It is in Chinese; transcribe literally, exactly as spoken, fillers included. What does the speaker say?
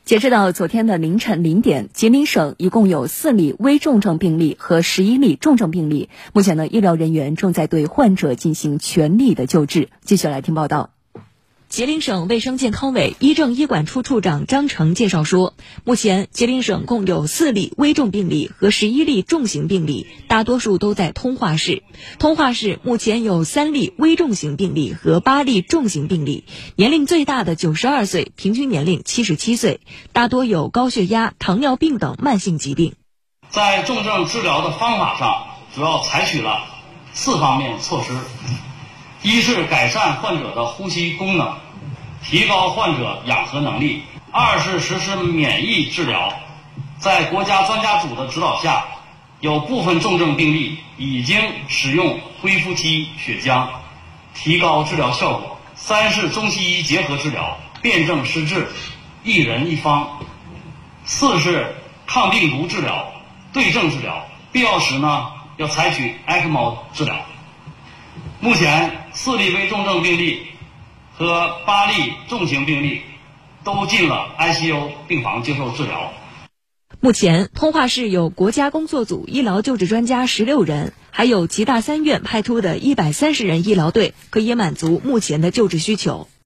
截止到昨天的凌晨零点，吉林省一共有四例危重症病例和十一例重症病例。目前呢，医疗人员正在对患者进行全力的救治。继续来听报道。吉林省卫生健康委医政医管处处长张成介绍说，目前吉林省共有四例危重病例和十一例重型病例，大多数都在通化市。通化市目前有三例危重型病例和八例重型病例，年龄最大的九十二岁，平均年龄七十七岁，大多有高血压、糖尿病等慢性疾病。 在重症治疗的方法上，主要采取了四方面措施。一是改善患者的呼吸功能，提高患者氧合能力；二是实施免疫治疗，在国家专家组的指导下，有部分重症病例已经使用恢复期血浆，提高治疗效果；三是中西医结合治疗，辨证施治，一人一方；四是抗病毒治疗，对症治疗，必要时呢要采取 E C M O 治疗。目前四例危重症病例和八例重型病例都进了 I C U 病房接受治疗。 目前通化市有国家工作组医疗救治专家十六人，还有吉大三院派出的一百三十人医疗队，可以满足目前的救治需求。